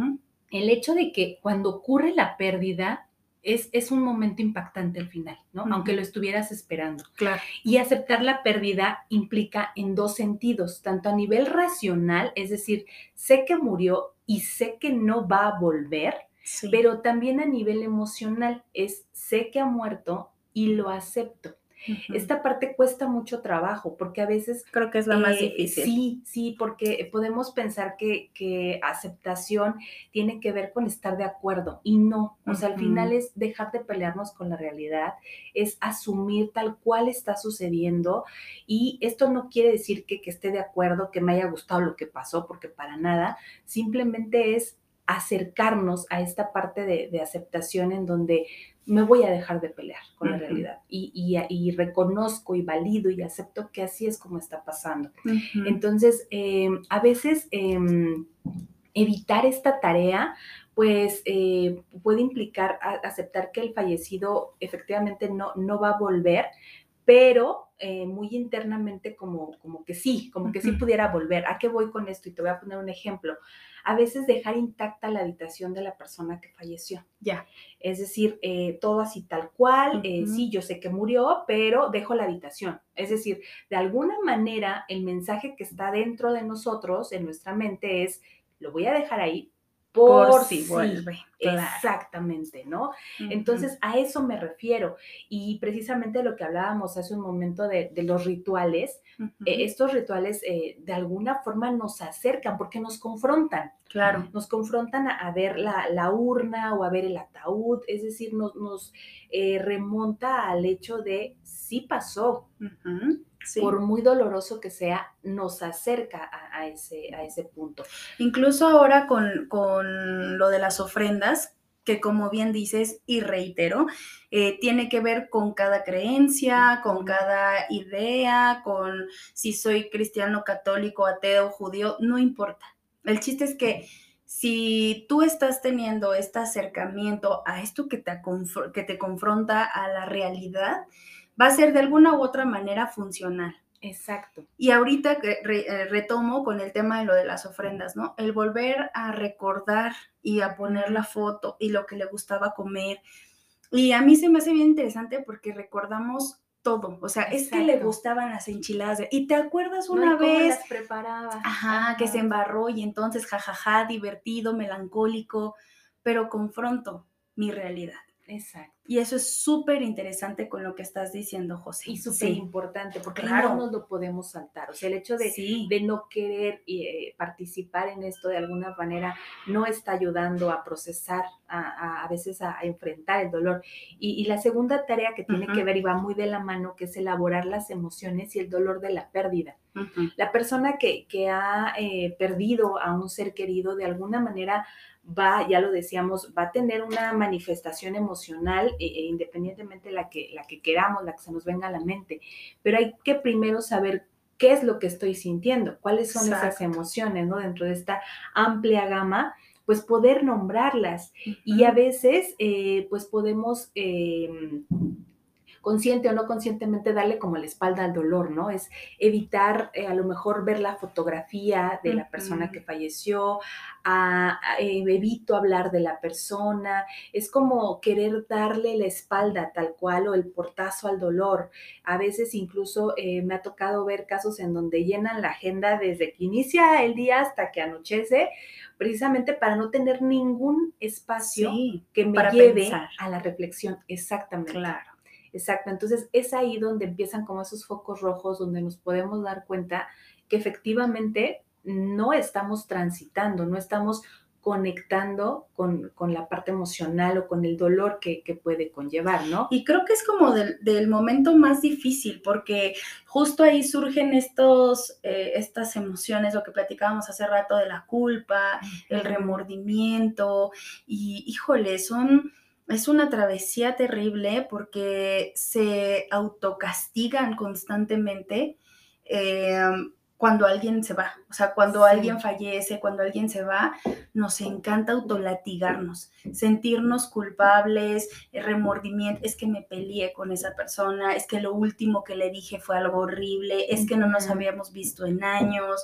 [SPEAKER 4] el hecho de que cuando ocurre la pérdida es un momento impactante al final, ¿no? Aunque lo estuvieras esperando.
[SPEAKER 2] Claro.
[SPEAKER 4] Y aceptar la pérdida implica en 2 sentidos, tanto a nivel racional, es decir, sé que murió y sé que no va a volver,
[SPEAKER 2] Sí.
[SPEAKER 4] pero también a nivel emocional, sé que ha muerto y lo acepto. Esta parte cuesta mucho trabajo porque a veces...
[SPEAKER 2] Creo que es la más difícil.
[SPEAKER 4] Sí, porque podemos pensar que aceptación tiene que ver con estar de acuerdo y no. O sea, al final es dejar de pelearnos con la realidad, es asumir tal cual está sucediendo, y esto no quiere decir que esté de acuerdo, que me haya gustado lo que pasó, porque para nada, simplemente es acercarnos a esta parte de aceptación en donde me voy a dejar de pelear con la realidad y reconozco y valido y acepto que así es como está pasando. Entonces, a veces evitar esta tarea pues puede implicar aceptar que el fallecido efectivamente no va a volver, pero muy internamente como que sí pudiera volver. ¿A qué voy con esto? Y te voy a poner un ejemplo. A veces dejar intacta la habitación de la persona que falleció.
[SPEAKER 2] Ya.
[SPEAKER 4] Es decir, todo así tal cual, sí, yo sé que murió, pero dejo la habitación. Es decir, de alguna manera el mensaje que está dentro de nosotros, en nuestra mente, es, lo voy a dejar ahí por si
[SPEAKER 2] vuelve.
[SPEAKER 4] Claro. Exactamente, ¿no? Entonces, a eso me refiero. Y precisamente lo que hablábamos hace un momento de los rituales, estos rituales de alguna forma nos acercan porque nos confrontan.
[SPEAKER 2] Claro.
[SPEAKER 4] Nos confrontan a ver la urna o a ver el ataúd, es decir, nos remonta al hecho de sí pasó. Sí. Por muy doloroso que sea, nos acerca a ese punto.
[SPEAKER 2] Incluso ahora con lo de las ofrendas, que como bien dices y reitero, tiene que ver con cada creencia, con cada idea, con si soy cristiano, católico, ateo, judío, no importa. El chiste es que si tú estás teniendo este acercamiento a esto que te confronta a la realidad, va a ser de alguna u otra manera funcional.
[SPEAKER 4] Exacto.
[SPEAKER 2] Y ahorita retomo con el tema de lo de las ofrendas, ¿no? El volver a recordar y a poner la foto y lo que le gustaba comer, Y a mí se me hace bien interesante porque recordamos todo. O sea, es que le
[SPEAKER 4] Exacto.
[SPEAKER 2] gustaban las enchiladas. Y te acuerdas
[SPEAKER 4] ¿No?
[SPEAKER 2] una
[SPEAKER 4] ¿Y cómo
[SPEAKER 2] vez,
[SPEAKER 4] las preparaba?
[SPEAKER 2] ajá, que se
[SPEAKER 4] Ajá.
[SPEAKER 2] embarró y entonces jajaja, divertido, melancólico, pero confronto mi realidad.
[SPEAKER 4] Exacto.
[SPEAKER 2] Y eso es súper interesante con lo que estás diciendo, José.
[SPEAKER 4] Y súper
[SPEAKER 2] Sí,
[SPEAKER 4] importante, porque
[SPEAKER 2] claro.
[SPEAKER 4] no nos lo podemos saltar. O sea, el hecho
[SPEAKER 2] Sí.
[SPEAKER 4] de no querer participar en esto de alguna manera no está ayudando a procesar, a veces a enfrentar el dolor. Y la segunda tarea que tiene que
[SPEAKER 2] Ujú,
[SPEAKER 4] ver y va muy de la mano, que es elaborar las emociones y el dolor de la pérdida.
[SPEAKER 2] ujú.
[SPEAKER 4] La persona que ha perdido a un ser querido de alguna manera va, ya lo decíamos, va a tener una manifestación emocional independientemente de la que queramos, la que se nos venga a la mente. Pero hay que primero saber qué es lo que estoy sintiendo, cuáles son esas
[SPEAKER 2] Exacto.
[SPEAKER 4] emociones, ¿no? Dentro de esta amplia gama, pues poder nombrarlas. Y a
[SPEAKER 2] Ujú.
[SPEAKER 4] veces, pues podemos consciente o no conscientemente darle como la espalda al dolor, ¿no? Es evitar a lo mejor ver la fotografía de la persona que
[SPEAKER 2] Ujú.
[SPEAKER 4] falleció, evito hablar de la persona, es como querer darle la espalda tal cual o el portazo al dolor. A veces incluso me ha tocado ver casos en donde llenan la agenda desde que inicia el día hasta que anochece, precisamente para no tener ningún espacio
[SPEAKER 2] Sí,
[SPEAKER 4] que me
[SPEAKER 2] para
[SPEAKER 4] lleve
[SPEAKER 2] pensar.
[SPEAKER 4] a la reflexión. Exactamente.
[SPEAKER 2] Claro.
[SPEAKER 4] Exacto, entonces es ahí donde empiezan como esos focos rojos, donde nos podemos dar cuenta que efectivamente no estamos transitando, no estamos conectando con la parte emocional o con el dolor que puede conllevar, ¿no?
[SPEAKER 2] Y creo que es como del momento más difícil, porque justo ahí surgen estas emociones, lo que platicábamos hace rato de la culpa, el remordimiento, y híjole, es una travesía terrible porque se autocastigan constantemente eh, cuando alguien se va, o sea, cuando
[SPEAKER 4] Sí,
[SPEAKER 2] alguien fallece, cuando alguien se va, nos encanta autolatigarnos, sentirnos culpables, remordimiento, es que me peleé con esa persona, es que lo último que le dije fue algo horrible, es que no nos
[SPEAKER 4] ujú.
[SPEAKER 2] habíamos visto en años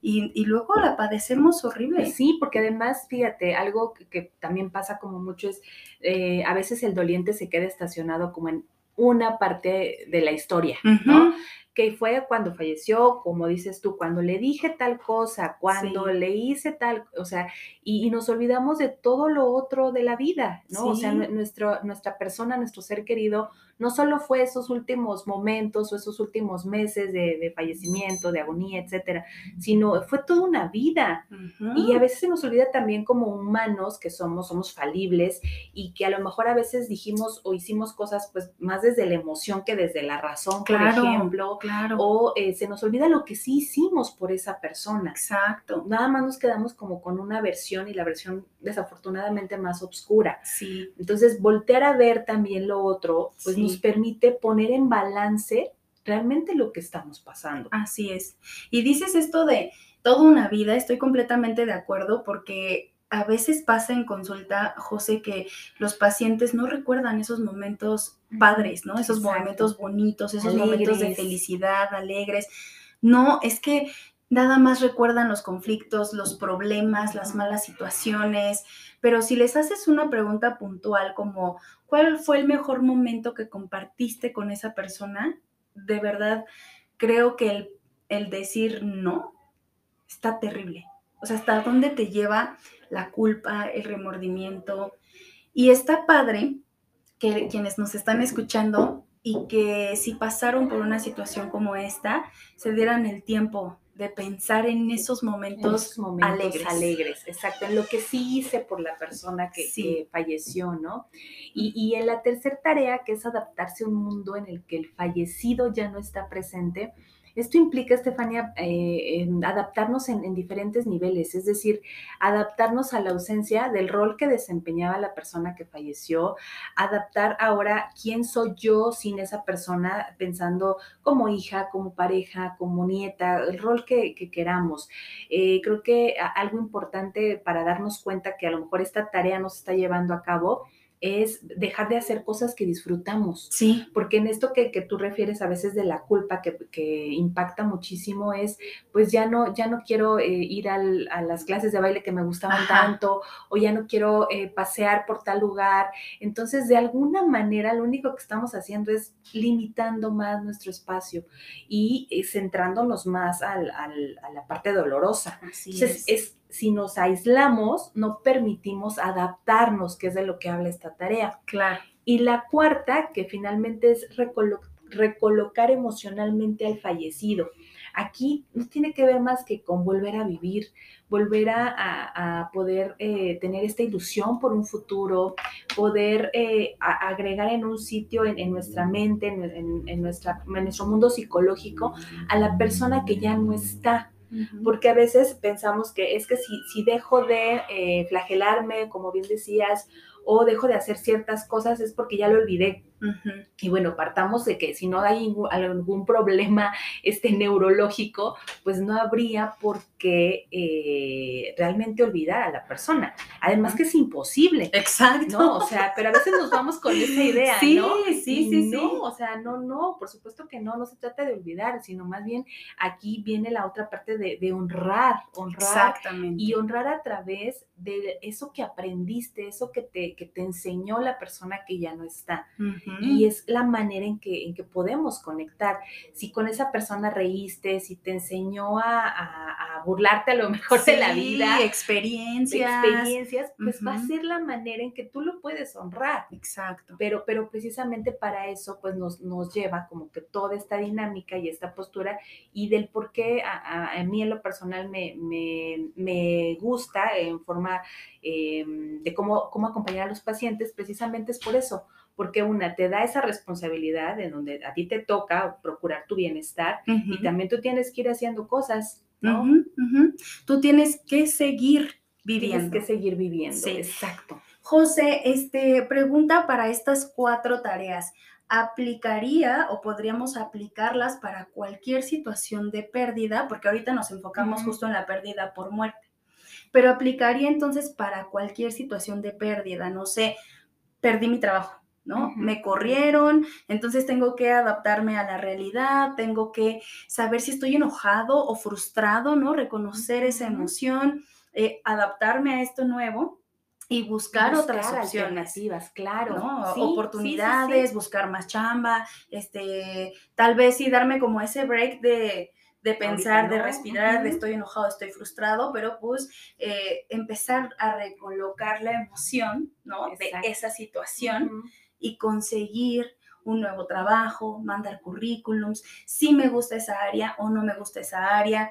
[SPEAKER 2] y luego la padecemos horrible.
[SPEAKER 4] Sí, porque además, fíjate, algo que también pasa como mucho es, a veces el doliente se queda estacionado como en una parte de la historia, ¿no?
[SPEAKER 2] Ujú.
[SPEAKER 4] Que fue cuando falleció, como dices tú, cuando le dije tal cosa, cuando
[SPEAKER 2] Sí,
[SPEAKER 4] le hice tal, o sea, y nos olvidamos de todo lo otro de la vida, ¿no? O sea,
[SPEAKER 2] sí,
[SPEAKER 4] nuestra persona, nuestro ser querido, no solo fue esos últimos momentos o esos últimos meses de fallecimiento, de agonía, etcétera, sino fue toda una vida. Y a
[SPEAKER 2] ujú.
[SPEAKER 4] veces se nos olvida también como humanos que somos falibles y que a lo mejor a veces dijimos o hicimos cosas pues más desde la emoción que desde la razón, por
[SPEAKER 2] Claro,
[SPEAKER 4] ejemplo,
[SPEAKER 2] claro,
[SPEAKER 4] o se nos olvida lo que sí hicimos por esa persona.
[SPEAKER 2] exacto,
[SPEAKER 4] Nada más nos quedamos como con una versión y la versión desafortunadamente más oscura.
[SPEAKER 2] sí,
[SPEAKER 4] Entonces, voltear a ver también lo otro, pues nos
[SPEAKER 2] sí.
[SPEAKER 4] permite poner en balance realmente lo que estamos pasando.
[SPEAKER 2] Así es. Y dices esto de toda una vida, estoy completamente de acuerdo porque a veces pasa en consulta, José, que los pacientes no recuerdan esos momentos padres, ¿no? Esos
[SPEAKER 4] Exacto.
[SPEAKER 2] momentos bonitos, esos momentos de
[SPEAKER 4] Alegres.
[SPEAKER 2] felicidad, alegres. No, es que nada más recuerdan los conflictos, los problemas, las
[SPEAKER 4] Ujú.
[SPEAKER 2] malas situaciones, pero si les haces una pregunta puntual como ¿cuál fue el mejor momento que compartiste con esa persona? De verdad creo que el decir no está terrible. O sea, hasta dónde te lleva la culpa, el remordimiento. Y está padre que quienes nos están escuchando y que si pasaron por una situación como esta, se dieran el tiempo de pensar en esos
[SPEAKER 4] En esos
[SPEAKER 2] momentos
[SPEAKER 4] momentos
[SPEAKER 2] alegres.
[SPEAKER 4] alegres, exacto, en lo que sí hice por la persona
[SPEAKER 2] Sí.
[SPEAKER 4] que falleció, ¿no? Y en la tercera tarea, que es adaptarse a un mundo en el que el fallecido ya no está presente, esto implica, Estefania, en adaptarnos en diferentes niveles, es decir, adaptarnos a la ausencia del rol que desempeñaba la persona que falleció, adaptar ahora quién soy yo sin esa persona, pensando como hija, como pareja, como nieta, el rol que queramos. Creo que algo importante para darnos cuenta que a lo mejor esta tarea no se está llevando a cabo es dejar de hacer cosas que disfrutamos.
[SPEAKER 2] Sí.
[SPEAKER 4] Porque en esto que tú refieres a veces de la culpa que impacta muchísimo es, pues ya no quiero ir a las clases de baile que me gustaban tanto, o ya no quiero pasear por tal lugar. Entonces, de alguna manera, lo único que estamos haciendo es limitando más nuestro espacio y centrándonos más a la parte dolorosa.
[SPEAKER 2] Así
[SPEAKER 4] Entonces, si nos aislamos, no permitimos adaptarnos, que es de lo que habla esta tarea.
[SPEAKER 2] Claro.
[SPEAKER 4] Y la cuarta, que finalmente es recolocar emocionalmente al fallecido. Aquí no tiene que ver más que con volver a vivir, volver a poder tener esta ilusión por un futuro, poder agregar en un sitio en nuestra mente, en nuestro mundo psicológico, a la persona que ya no está. Porque a veces pensamos que es que si dejo de flagelarme, como bien decías, o dejo de hacer ciertas cosas es porque ya lo olvidé. Y bueno, partamos de que si no hay algún problema neurológico, pues no habría por qué realmente olvidar a la persona. Además que es imposible.
[SPEAKER 2] Exacto.
[SPEAKER 4] ¿No? O sea, pero a veces nos vamos con esa idea,
[SPEAKER 2] sí,
[SPEAKER 4] ¿no?
[SPEAKER 2] Sí.
[SPEAKER 4] O sea, no, por supuesto que no se trata de olvidar, sino más bien aquí viene la otra parte de honrar.
[SPEAKER 2] Exactamente.
[SPEAKER 4] Y honrar a través de eso que aprendiste, eso que te enseñó la persona que ya no está. Y es la manera en que podemos conectar. Si con esa persona reíste, si te enseñó a burlarte a lo mejor de la vida, experiencias, pues va a ser la manera en que tú lo puedes honrar.
[SPEAKER 2] Exacto.
[SPEAKER 4] Pero precisamente para eso, pues nos lleva como que toda esta dinámica y esta postura, y del por qué a mí en lo personal me gusta en forma de cómo acompañar a los pacientes, precisamente es por eso. Porque una, te da esa responsabilidad en donde a ti te toca procurar tu bienestar y también tú tienes que ir haciendo cosas, ¿no?
[SPEAKER 2] Tú tienes que seguir viviendo.
[SPEAKER 4] Tienes que seguir viviendo,
[SPEAKER 2] sí.
[SPEAKER 4] Exacto.
[SPEAKER 2] José, pregunta para estas 4 tareas. ¿Aplicaría o podríamos aplicarlas para cualquier situación de pérdida? Porque ahorita nos enfocamos justo en la pérdida por muerte. Pero aplicaría entonces para cualquier situación de pérdida. No sé, perdí mi trabajo, ¿no? Me corrieron, entonces tengo que adaptarme a la realidad, tengo que saber si estoy enojado o frustrado, ¿no? Reconocer esa emoción, adaptarme a esto nuevo y buscar otras opciones.
[SPEAKER 4] Alternativas, claro.
[SPEAKER 2] ¿No?
[SPEAKER 4] Sí,
[SPEAKER 2] oportunidades, buscar más chamba, tal vez sí darme como ese break de pensar, de respirar, de estoy enojado, estoy frustrado, pero pues empezar a recolocar la emoción, ¿no?
[SPEAKER 4] Exacto.
[SPEAKER 2] De esa situación y conseguir un nuevo trabajo, mandar currículums, si me gusta esa área o no me gusta esa área,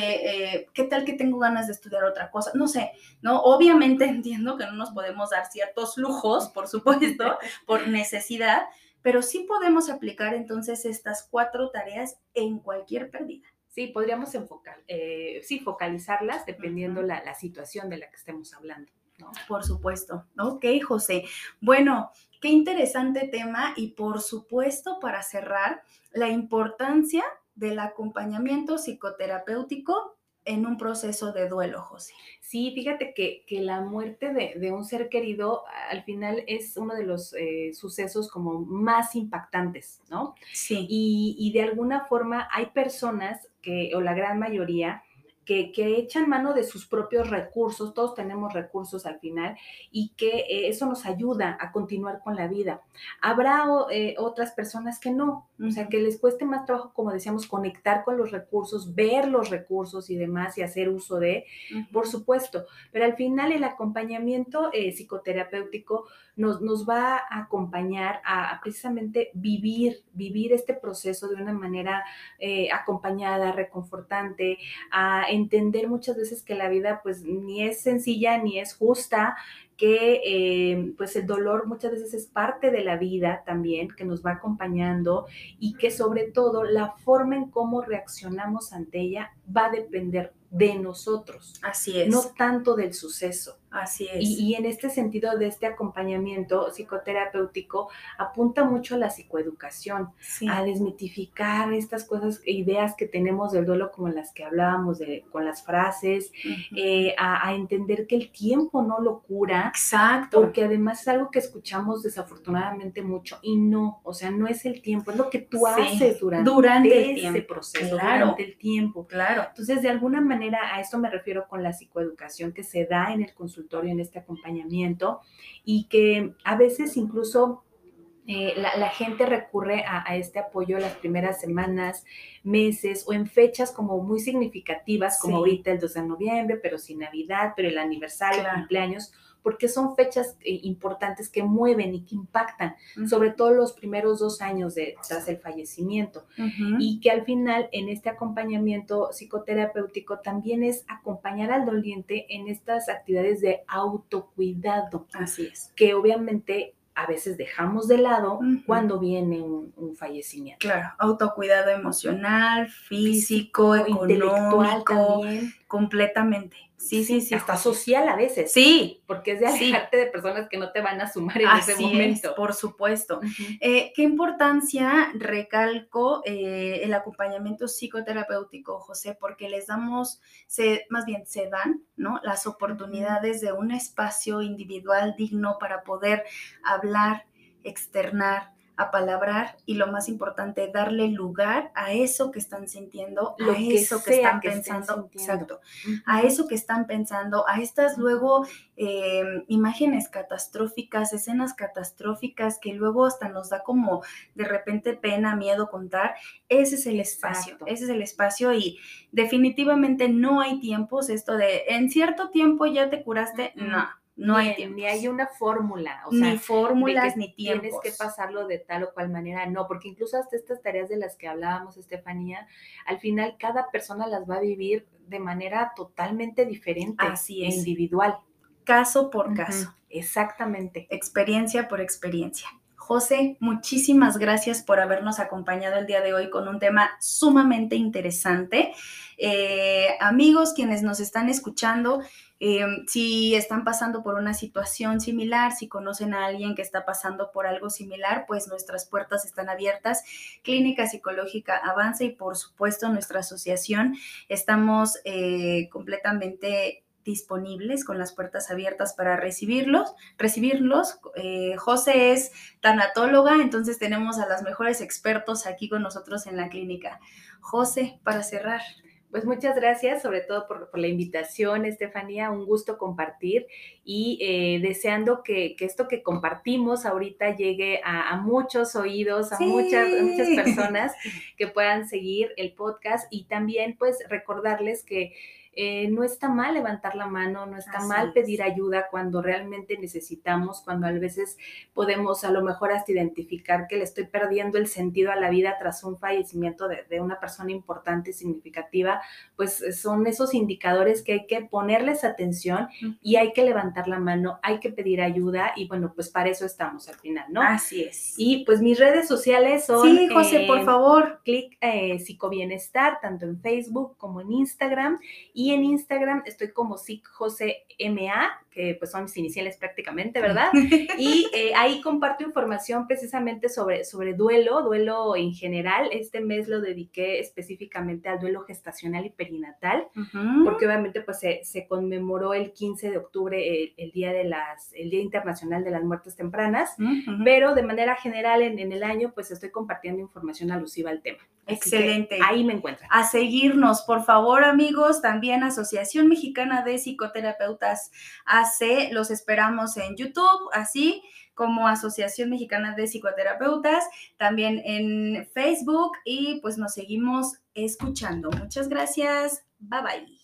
[SPEAKER 2] qué tal que tengo ganas de estudiar otra cosa, no sé, ¿no? Obviamente entiendo que no nos podemos dar ciertos lujos, por supuesto, por necesidad, pero sí podemos aplicar entonces estas 4 tareas en cualquier pérdida.
[SPEAKER 4] Sí, podríamos focalizarlas dependiendo la situación de la que estemos hablando, ¿no?
[SPEAKER 2] Por supuesto. Ok, José. Bueno, qué interesante tema y por supuesto, para cerrar, la importancia del acompañamiento psicoterapéutico en un proceso de duelo, José.
[SPEAKER 4] Sí, fíjate que la muerte de un ser querido al final es uno de los sucesos como más impactantes, ¿no?
[SPEAKER 2] Sí.
[SPEAKER 4] Y de alguna forma hay personas o la gran mayoría, que echan mano de sus propios recursos, todos tenemos recursos al final, y que eso nos ayuda a continuar con la vida. Habrá otras personas que no, o sea, que les cueste más trabajo, como decíamos, conectar con los recursos, ver los recursos y demás, y hacer uso de, por supuesto, pero al final el acompañamiento psicoterapéutico nos va a acompañar a precisamente vivir este proceso de una manera acompañada, reconfortante, a entender muchas veces que la vida pues ni es sencilla ni es justa, que pues el dolor muchas veces es parte de la vida también, que nos va acompañando, y que sobre todo la forma en cómo reaccionamos ante ella va a depender de nosotros.
[SPEAKER 2] Así es.
[SPEAKER 4] No tanto del suceso.
[SPEAKER 2] Así es.
[SPEAKER 4] Y en este sentido de este acompañamiento psicoterapéutico apunta mucho a la psicoeducación,
[SPEAKER 2] Sí.
[SPEAKER 4] a desmitificar estas cosas, ideas que tenemos del duelo como las que hablábamos con las frases, a entender que el tiempo no lo cura.
[SPEAKER 2] Exacto.
[SPEAKER 4] Porque además es algo que escuchamos desafortunadamente mucho y no, o sea, no es el tiempo, es lo que tú
[SPEAKER 2] Sí,
[SPEAKER 4] haces
[SPEAKER 2] durante el
[SPEAKER 4] ese
[SPEAKER 2] tiempo,
[SPEAKER 4] proceso,
[SPEAKER 2] claro.
[SPEAKER 4] durante el tiempo.
[SPEAKER 2] Claro.
[SPEAKER 4] Entonces, de alguna manera, a esto me refiero con la psicoeducación que se da en el consultorio, en este acompañamiento, y que a veces incluso la gente recurre a este apoyo las primeras semanas, meses o en fechas como muy significativas, como
[SPEAKER 2] Sí.
[SPEAKER 4] ahorita el 2 de noviembre, pero sin Navidad, pero el aniversario,
[SPEAKER 2] Claro.
[SPEAKER 4] cumpleaños, porque son fechas importantes que mueven y que impactan, sobre todo los primeros 2 años tras el fallecimiento. Y que al final en este acompañamiento psicoterapéutico también es acompañar al doliente en estas actividades de autocuidado.
[SPEAKER 2] Así es.
[SPEAKER 4] Que obviamente a veces dejamos de lado cuando viene un fallecimiento.
[SPEAKER 2] Claro, autocuidado emocional, físico,
[SPEAKER 4] intelectual también.
[SPEAKER 2] Completamente. Sí.
[SPEAKER 4] Hasta social a veces.
[SPEAKER 2] Sí.
[SPEAKER 4] Porque es de alejarte de personas que no te van a sumar en ese momento.
[SPEAKER 2] Es, por supuesto. ¿Qué importancia recalco el acompañamiento psicoterapéutico, José? Porque les damos, se dan, ¿no? Las oportunidades de un espacio individual digno para poder hablar, externar, apalabrar y lo más importante, darle lugar a eso que están sintiendo,
[SPEAKER 4] Lo
[SPEAKER 2] a
[SPEAKER 4] que
[SPEAKER 2] eso que
[SPEAKER 4] sea
[SPEAKER 2] están
[SPEAKER 4] que
[SPEAKER 2] pensando,
[SPEAKER 4] estén sintiendo.
[SPEAKER 2] exacto, a eso que están pensando, a estas luego imágenes catastróficas, escenas catastróficas que luego hasta nos da como de repente pena, miedo contar. Ese es el espacio,
[SPEAKER 4] Exacto.
[SPEAKER 2] ese es el espacio y definitivamente no hay tiempos, esto de en cierto tiempo ya te curaste, no hay tiempos.
[SPEAKER 4] Ni hay una fórmula, o
[SPEAKER 2] ni
[SPEAKER 4] sea,
[SPEAKER 2] fórmulas,
[SPEAKER 4] de que
[SPEAKER 2] ni tiempos.
[SPEAKER 4] tienes que pasarlo de tal o cual manera, no, porque incluso hasta estas tareas de las que hablábamos, Estefanía, al final cada persona las va a vivir de manera totalmente diferente.
[SPEAKER 2] Así es.
[SPEAKER 4] E individual.
[SPEAKER 2] Caso por caso.
[SPEAKER 4] Exactamente.
[SPEAKER 2] Experiencia por experiencia. José, muchísimas gracias por habernos acompañado el día de hoy con un tema sumamente interesante. Amigos, quienes nos están escuchando, si están pasando por una situación similar, si conocen a alguien que está pasando por algo similar, pues nuestras puertas están abiertas. Clínica Psicológica Avanza y por supuesto nuestra asociación estamos completamente disponibles con las puertas abiertas para recibirlos. José es tanatóloga, entonces tenemos a los mejores expertos aquí con nosotros en la clínica. José, para cerrar.
[SPEAKER 4] Pues muchas gracias, sobre todo por la invitación, Estefanía, un gusto compartir y deseando que esto que compartimos ahorita llegue a muchos oídos, a muchas personas que puedan seguir el podcast y también pues recordarles que no está mal levantar la mano, no está mal pedir ayuda cuando realmente necesitamos, cuando a veces podemos a lo mejor hasta identificar que le estoy perdiendo el sentido a la vida tras un fallecimiento de una persona importante y significativa, pues son esos indicadores que hay que ponerles atención y hay que levantar la mano, hay que pedir ayuda y bueno, pues para eso estamos al final, ¿no?
[SPEAKER 2] Así es.
[SPEAKER 4] Y pues mis redes sociales son...
[SPEAKER 2] Sí, José, por favor.
[SPEAKER 4] Clic Psicobienestar, tanto en Facebook como en Instagram. Y en Instagram estoy como SicJoseMA, que pues son mis iniciales prácticamente, ¿verdad? Y ahí comparto información precisamente sobre duelo en general. Este mes lo dediqué específicamente al duelo gestacional y perinatal, porque obviamente pues se conmemoró el 15 de octubre el Día Internacional de las Muertes Tempranas, pero de manera general en el año pues estoy compartiendo información alusiva al tema.
[SPEAKER 2] Excelente.
[SPEAKER 4] Ahí me encuentran.
[SPEAKER 2] A seguirnos, por favor, amigos. También Asociación Mexicana de Psicoterapeutas AC. Los esperamos en YouTube, así como Asociación Mexicana de Psicoterapeutas. También en Facebook y pues nos seguimos escuchando. Muchas gracias. Bye bye.